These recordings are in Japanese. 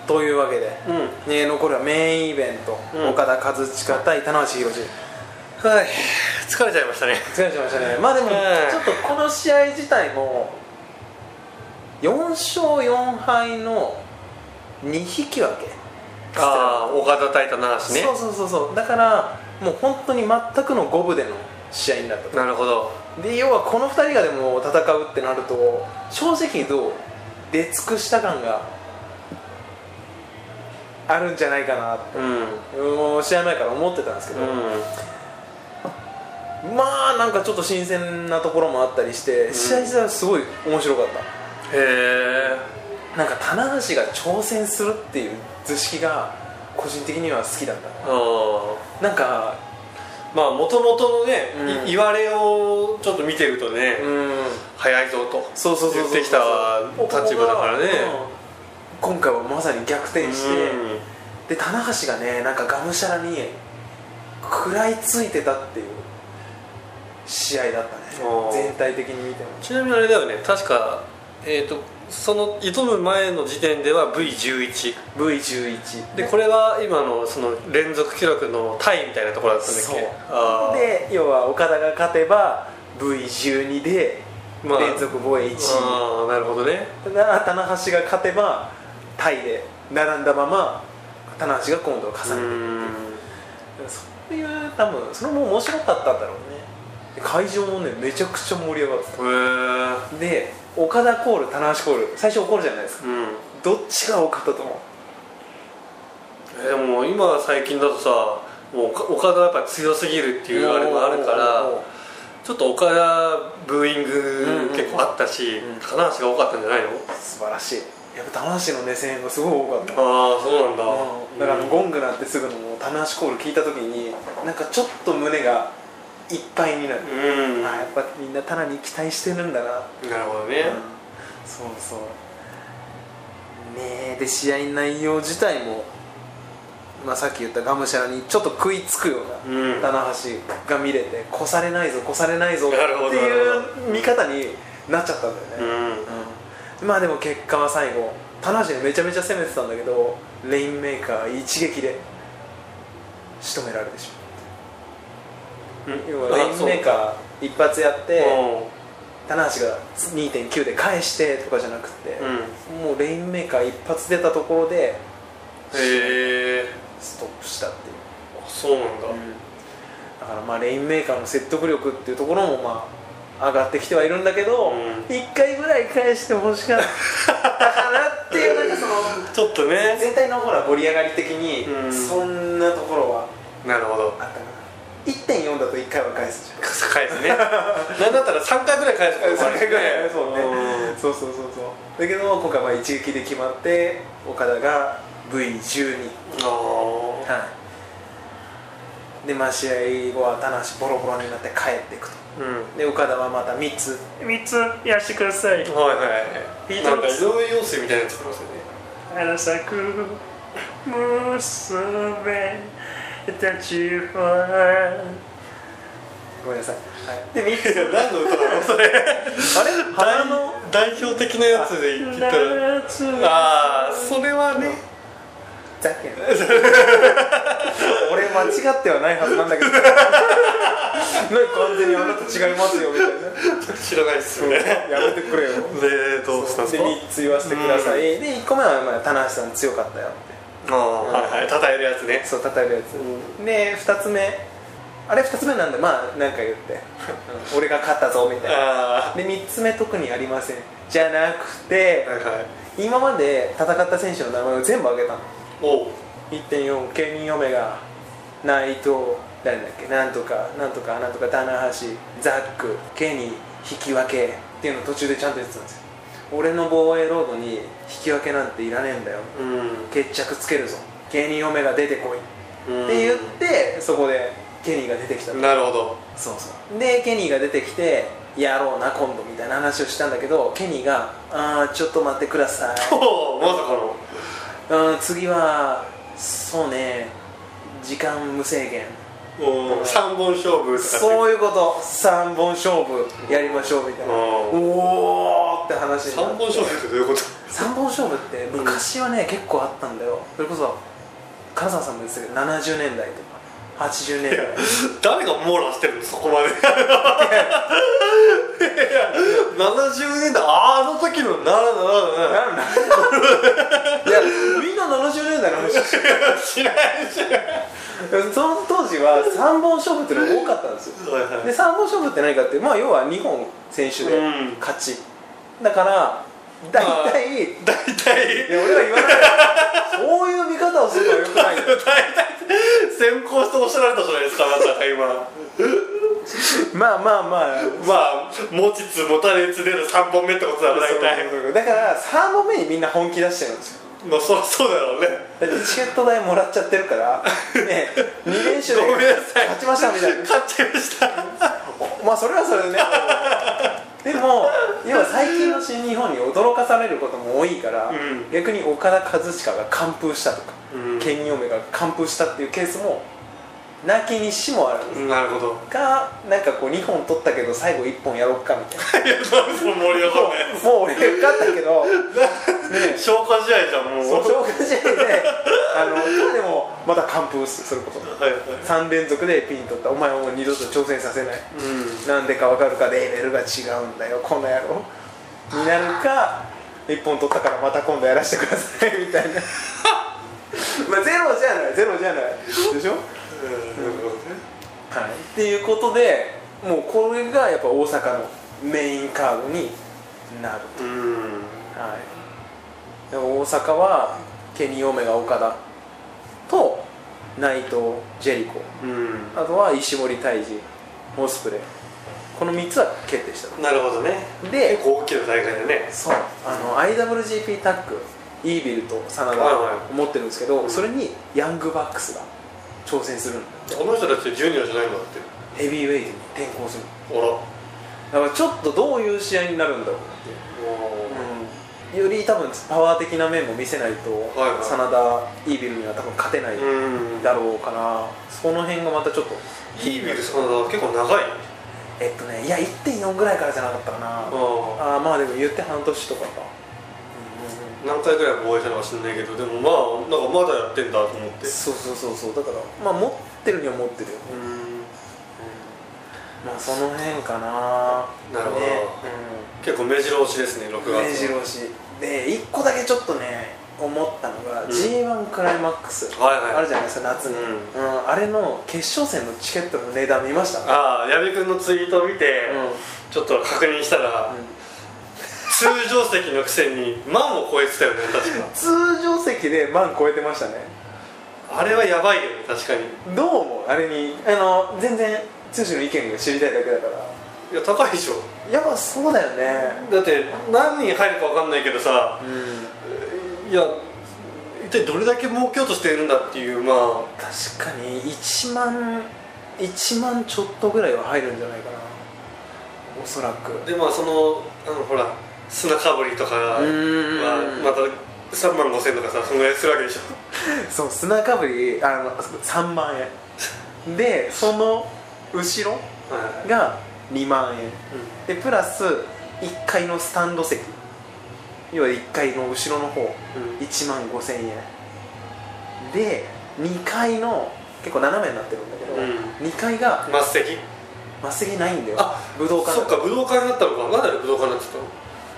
というわけで、残るはメインイベント、岡田和親対棚橋宏。 はい、疲れちゃいましたね。 疲れちゃいましたね。まあでもちょっとこの試合自体も4勝4敗の2引き分け。 岡田対棚橋ね。 そうだからもう本当に全くの五分での試合になったと。 なるほど。 で要はこの2人がでも戦うってなると正直どう出尽くした感があるんじゃないかなって、もう試合前から思ってたんですけど、まあなんかちょっと新鮮なところもあったりして、試合自体はすごい面白かった。なんか棚橋が挑戦するっていう図式が個人的には好きだった。なんかまあもともとのね、言われをちょっと見てるとね、早いぞと言ってきた立場だからね。 今回はまさに逆転して、で棚橋がねなんかがむしゃらに食らいついてたっていう試合だったね、全体的に見ても。 ちなみにあれだよね、確かその挑む前の時点では V11 でこれは今のその連続記録のタイみたいなところだったんだっけ。 で要は岡田が勝てば V12 で連続防衛1位、 なるほどね。 だから棚橋が勝てばタイで並んだまま棚橋が今度は重ねていくっていう、そういう多分それも面白かったんだろうね。会場もねめちゃくちゃ盛り上がってた。で岡田コール棚橋コール最初怒るじゃないですか、どっちが多かったと思う？ でも今最近だとさ、もう岡田やっぱ強すぎるっていうあれもあるからちょっと岡田ブーイング結構あったし、棚橋が多かったんじゃないの？ 素晴らしい。やっぱ棚橋の目線がすごい多かった。 そうなんだ。 だからゴングなってすぐの棚橋コール聞いた時になんかちょっと胸がいっぱいになる。やっぱみんな棚に期待してるんだな。 なるほどね。 そうね。で試合内容自体も、さっき言ったがむしゃらにちょっと食いつくような棚橋が見れて、越されないぞっていう見方になっちゃったんだよね。まあでも結果は最後棚橋でめちゃめちゃ攻めてたんだけどレインメーカー一撃で仕留められてしまう。要はレインメーカー一発やって棚橋が 2.9 で返してとかじゃなくて、もうレインメーカー一発出たところでストップしたっていう。 そうなんだ。 だからまあレインメーカーの説得力っていうところも上がってきてはいるんだけど、1回ぐらい返してほしかったかなっていうなんかそのちょっとね全体のほら盛り上がり的にそんなところはなるほどあったかな。1.4 だと1回は返すじゃん。 返すね。なんだったら3回ぐらい返すから 3回ぐらいそうね。そうだけど今回は一撃で決まって岡田が V12。で試合後は棚橋ボロボロになって帰っていくと。で岡田はまた3つやらせてください。 なんか井上陽水みたいなやつ作りますよね。 花咲く娘たちはごめんなさい。で3つ何の歌なのそれ。 あれ花の代表的なやつで言ったらそれはねざけん俺間違ってはないはずなんだけどなんか完全にあなた違いますよみたいな。 知らないっすよね。 やめてくれよ。 でどうしたんですか。 で3つ言わせてください。で1個目は棚橋さん強かったよって。 たたえるやつね。 そうたたえるやつ。で2つ目あれ2つ目なんでなんか言って俺が勝ったぞみたいな。で3つ目特にありませんじゃなくて、今まで戦った選手の名前を全部挙げたの。1.4 ケニー・オメガ内藤誰だっけなんとか棚橋ザックケニー引き分けっていうのを途中でちゃんと言ってたんですよ。俺の防衛ロードに引き分けなんていらねえんだよ、決着つけるぞケニー・オメガ出てこいって言ってそこでケニーが出てきた。 なるほど。 そうでケニーが出てきてやろうな今度みたいな話をしたんだけどケニーがちょっと待ってくださいまさかの次はそうね時間無制限 3本勝負とかそういうこと3本勝負やりましょうみたいなおーって話になって 3本勝負ってどういうこと 3本勝負って昔はね、結構あったんだよ。それこそ金沢さんも言ってたけど70年代とか80年代誰が網羅してるのそこまで。いや70年代あの時のいやみんな70年代の話知らないその当時は3本勝負っていうのが多かったんですよ。 はいはい、 で3本勝負って何かって、まあ要は2本選手で勝ち、だから大体いや俺は言わないそういう見方をするのはよくないよ。 大体先行しておっしゃられたじゃないですか、あなたが今。 まあ持ちつ持たれつでの3本目ってことだろ、大体。 だから3本目にみんな本気出してるんですよ。 まあそうだろうね。 だってチケット代もらっちゃってるからね、2連勝で勝ちましたみたいな。 勝っちゃいましたまあそれはそれでねでも要は最近の新日本に驚かされることも多いから、逆に岡田和親が完封したとか、ケニー・オメガが完封したっていうケースもなきにしもあるんです。 なるほど。 かなんかこう2本取ったけど最後1本やろうかみたいな。 いや盛り上がるね。 もう俺が勝ったけどね、消化試合じゃんもう。 消化試合ででもまた完封すること、3連続でピン取った。お前はもう二度と挑戦させない、なんでか分かるか、レベルが違うんだよこの野郎になるか、1本取ったからまた今度やらせてくださいみたいなまあゼロじゃないでしょ。はい、っていうことでもうこれがやっぱ大阪のメインカードになると。はい、で大阪はケニー・オメガ・岡田と内藤・ジェリコ、あとは石森泰治、オスプレイ、この3つは決定した。 なるほどね。 で結構大きな大会だね。 そうIWGP タッグイービルと真田を持ってるんですけど、それにヤングバックスが挑戦するんだ。 この人たちジュニアじゃないんだって。 ヘビーウェイトに転向する。 あら、 だからちょっとどういう試合になるんだろうっていう、より多分パワー的な面も見せないと、真田イービルには多分勝てないだろうから、その辺がまたちょっとイービル真田結構長い。 いや 1.4 ぐらいからじゃなかったかな。まあでも言って半年とかか。 何回ぐらい防衛したのか知んないけど、でもまあなんかまだやってんだと思って。 そうだからまあ持ってるには持ってるよ。まあその辺かな。 なるほど、結構目白押しですね、6月。 目白押しで1個だけちょっとね思ったのが、G1 クライマックスあるじゃないですか、夏に、あれの決勝戦のチケットの値段見ました？ 矢部君のツイートを見て、ちょっと確認したら、通常席のくせに万を超えてたよね、確か。 通常席で万超えてましたね。 あれはやばいよね、確かに。 どう思う？あれに全然剛の意見が知りたいだけだから。 いや高いでしょ。 やっぱそうだよね。 だって何人入るか分かんないけどさ、いや一体どれだけ儲けようとしているんだっていう。まあ確かに1万ちょっとぐらいは入るんじゃないかな、おそらく。 でまあほら砂かぶりとかはまた3万5千とかさ、そのぐらいするわけでしょそう、砂かぶり3万円で、その後ろが2万円、でプラス1階のスタンド席、要は1階の後ろの方、1万5千円で、2階の結構斜めになってるんだけど、2階が末席ないんだよ。武道館。 そっか、武道館になったのか。なんで武道館になってたの？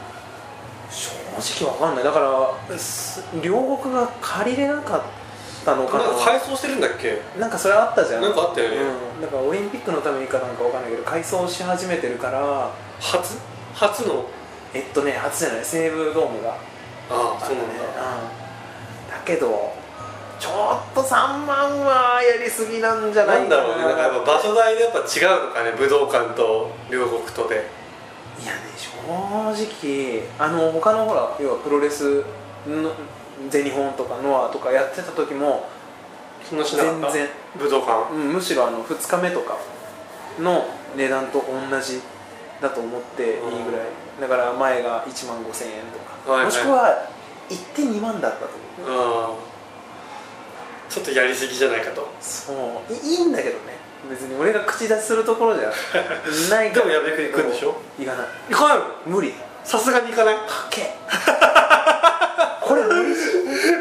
正直わかんない。だから両国が借りれなかったのかな。 なんか改装してるんだっけ？ なんかそれあったじゃん。 なんかあったよね。 だからオリンピックのためにかなんかわかんないけど、改装し始めてるから。 初の初じゃない、西武ドームが。 そうなんだ。 だけどちょっと3万はやりすぎなんじゃないかな。 なんだろうね、なんかやっぱ場所代でやっぱ違うのかね、武道館と両国とで。 いやね、正直他のほら、要はプロレスの全日本とかノアとかやってた時もそんなしなかった？ 全然武道館、 むしろ2日目とかの値段と同じだと思っていいぐらい。だから前が1万5千円とか、もしくは行って2万だったと思う。 ちょっとやりすぎじゃないかと。 そういいんだけどね、別に俺が口出しするところじゃないから。 でも矢部君行くんでしょ？ 行かない。 行かないの？ 無理。 さすがに行かない？ かけ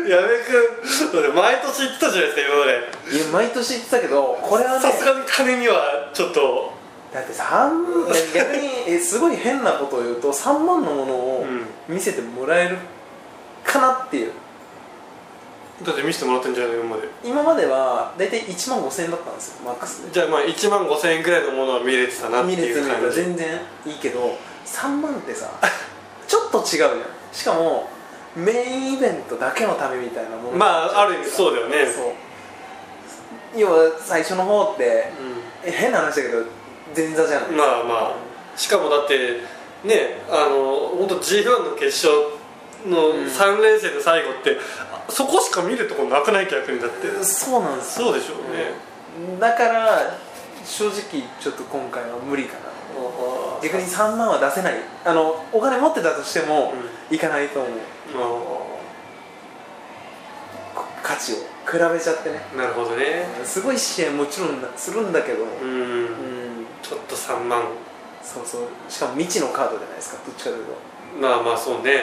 矢部君毎年言ってたじゃないですか今まで。 いや毎年言ってたけど、これはねさすがに金にはちょっとだって逆にすごい変なことを言うと3万のものを見せてもらえるかなっていう、 だって見せてもらってんじゃないの今までは大体1万5000円だったんですよマックスで。 じゃあまあ1万5000円ぐらいのものは見れてたなって見れていう感じ。 みれば全然いいけど3万ってさちょっと違うじゃん。しかもメインイベントだけのためみたいなもの、 まあある意味そうだよね。 そう要は最初の方って、変な話だけど前座じゃない。 まあまあ、しかもだってね本当 G1 の決勝の3連戦の最後って、そこしか見るとこなくない？逆にだってそうなんですよ。 そうでしょうね、 だから正直ちょっと今回は無理かな。逆に3万は出せない。お金持ってたとしてもいかないと思う、価値を比べちゃってね。 なるほどね。 すごい試合もちろんするんだけど、 ちょっと3万。 そうそう、しかも未知のカードじゃないですか、どっちかというと。 まあまあそうね、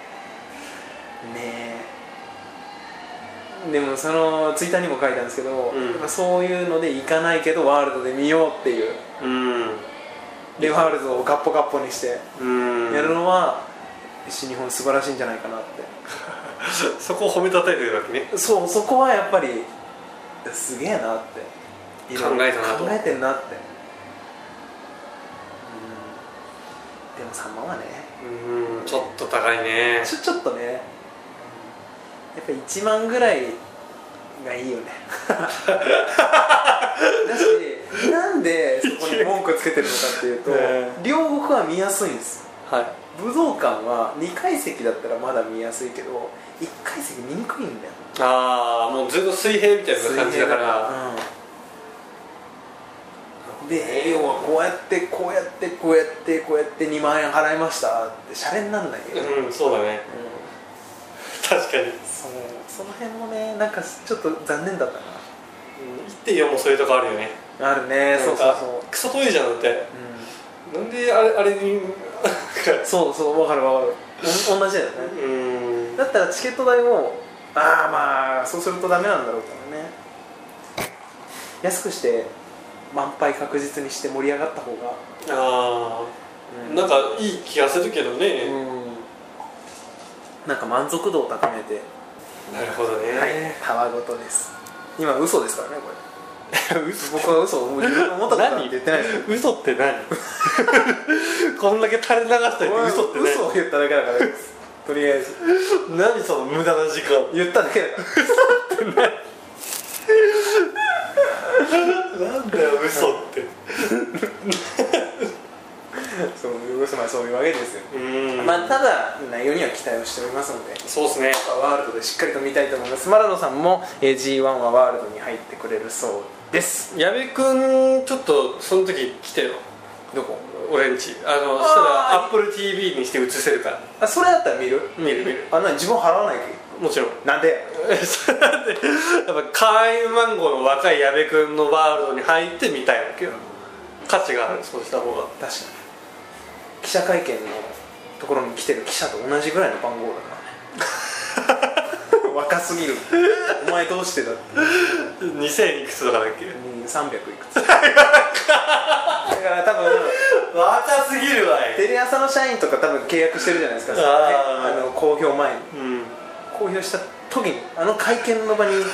ねえ。でもそのツイッターにも書いたんですけど、そういうので行かないけどワールドで見ようっていう、でワールドをガッポガッポにしてやるのは新日本素晴らしいんじゃないかなってそこを褒めたたえてるわけね。 そこはやっぱりすげえなって考えたなと。 考えてんなって。でも3万はねちょっと高いね。 ちょっとね、やっぱ1万ぐらいがいいよねだし、なんでそこに文句つけてるのかっていうと両国は見やすいんですよ。武道館は2階席だったらまだ見やすいけど1階席見にくいんだよ。 ああ、もうずっと水平みたいな感じだから、 で要はこうやって2万円払いましたってシャレになんないよ。 そうだね、確かに。 その辺もね、なんかちょっと残念だったな。 1.4 もそういうとこあるよね。 あるね。そうクソ遠いじゃんだって、なんであれにそう分かる同じだよね。だったらチケット代もまあそうするとダメなんだろうからね。安くして満杯確実にして盛り上がった方がなんかいい気がするけどね。 なんか満足度を高めて。 なるほどね。 たわごとです。今嘘ですからねこれ僕は嘘を思ったことなんて言ってないですよ。 嘘って何こんだけ垂れ流したり嘘って何？ 嘘を言っただけだからです。とりあえず何その無駄な時間言っただけだからなんだよ嘘ってそういうわけですよ。ただ内容には期待をしておりますので、 そうですね、 ワールドでしっかりと見たいと思います。マラドさんも G1 はワールドに入ってくれるそうです。 矢部君ちょっとその時来てよ。 どこ？ 俺んち。したら Apple TV にして映せるから。 それだったら見る自分払わないけど。 もちろん。 なんで？ やっぱ会員番号の若い矢部君のワールドに入ってみたいわけよ。価値がある。そうした方が確かに記者会見のところに来てる記者と同じぐらいの番号だからね若すぎる。お前どうしてだって 2000いくつとかだっけ ？300いくつだから多分若すぎるわい。 テレ朝の社員とか多分契約してるじゃないですか。公表前に、公表した時に会見の場にすぐ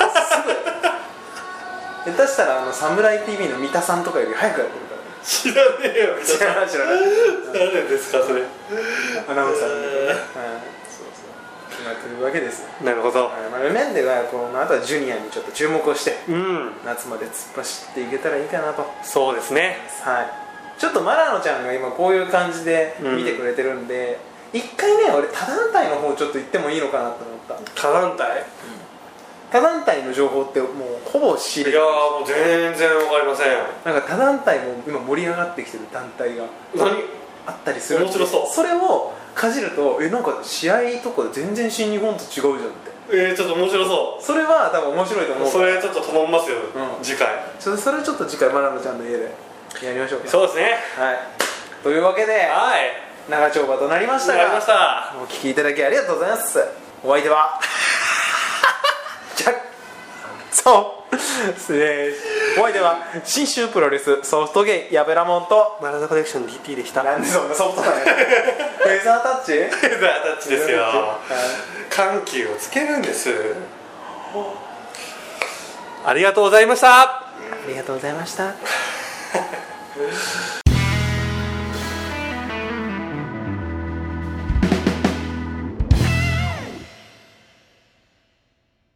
下手したらサムライ TV の三田さんとかより早くやってるから。 知らねえよ。 知らない誰ですかそれ。 アナウンサーにね、決まってるわけですよ。 なるほど。 面ではこの後はジュニアにちょっと注目をして、夏まで突っ走っていけたらいいかなと。 そうですね。 ちょっとマラノちゃんが今こういう感じで見てくれてるんで、一回ね俺他団体の方ちょっと行ってもいいのかなと思った。 他団体？ 他団体の情報ってもうほぼ仕入れてる。 いやーもう全然わかりません。 なんか他団体も今盛り上がってきてる団体があったりする。 面白そう。 それをかじるとなんか試合とか全然新日本と違うじゃんって。 ちょっと面白そう。 それは多分面白いと思う。 それちょっと頼みますよ、次回。 それちょっと次回マラノちゃんの家でやりましょうか。 そうですね。 というわけで、長丁場となりましたが、お聞きいただきありがとうございます。お相手はそう失礼。お相手は信州プロレスソフトゲイ矢部ラモンとマラダコレクション DT でした。 なんでそんなソフトなんやフェザータッチフェザータッチですよ。緩急をつけるんです。ありがとうございました。 ありがとうございました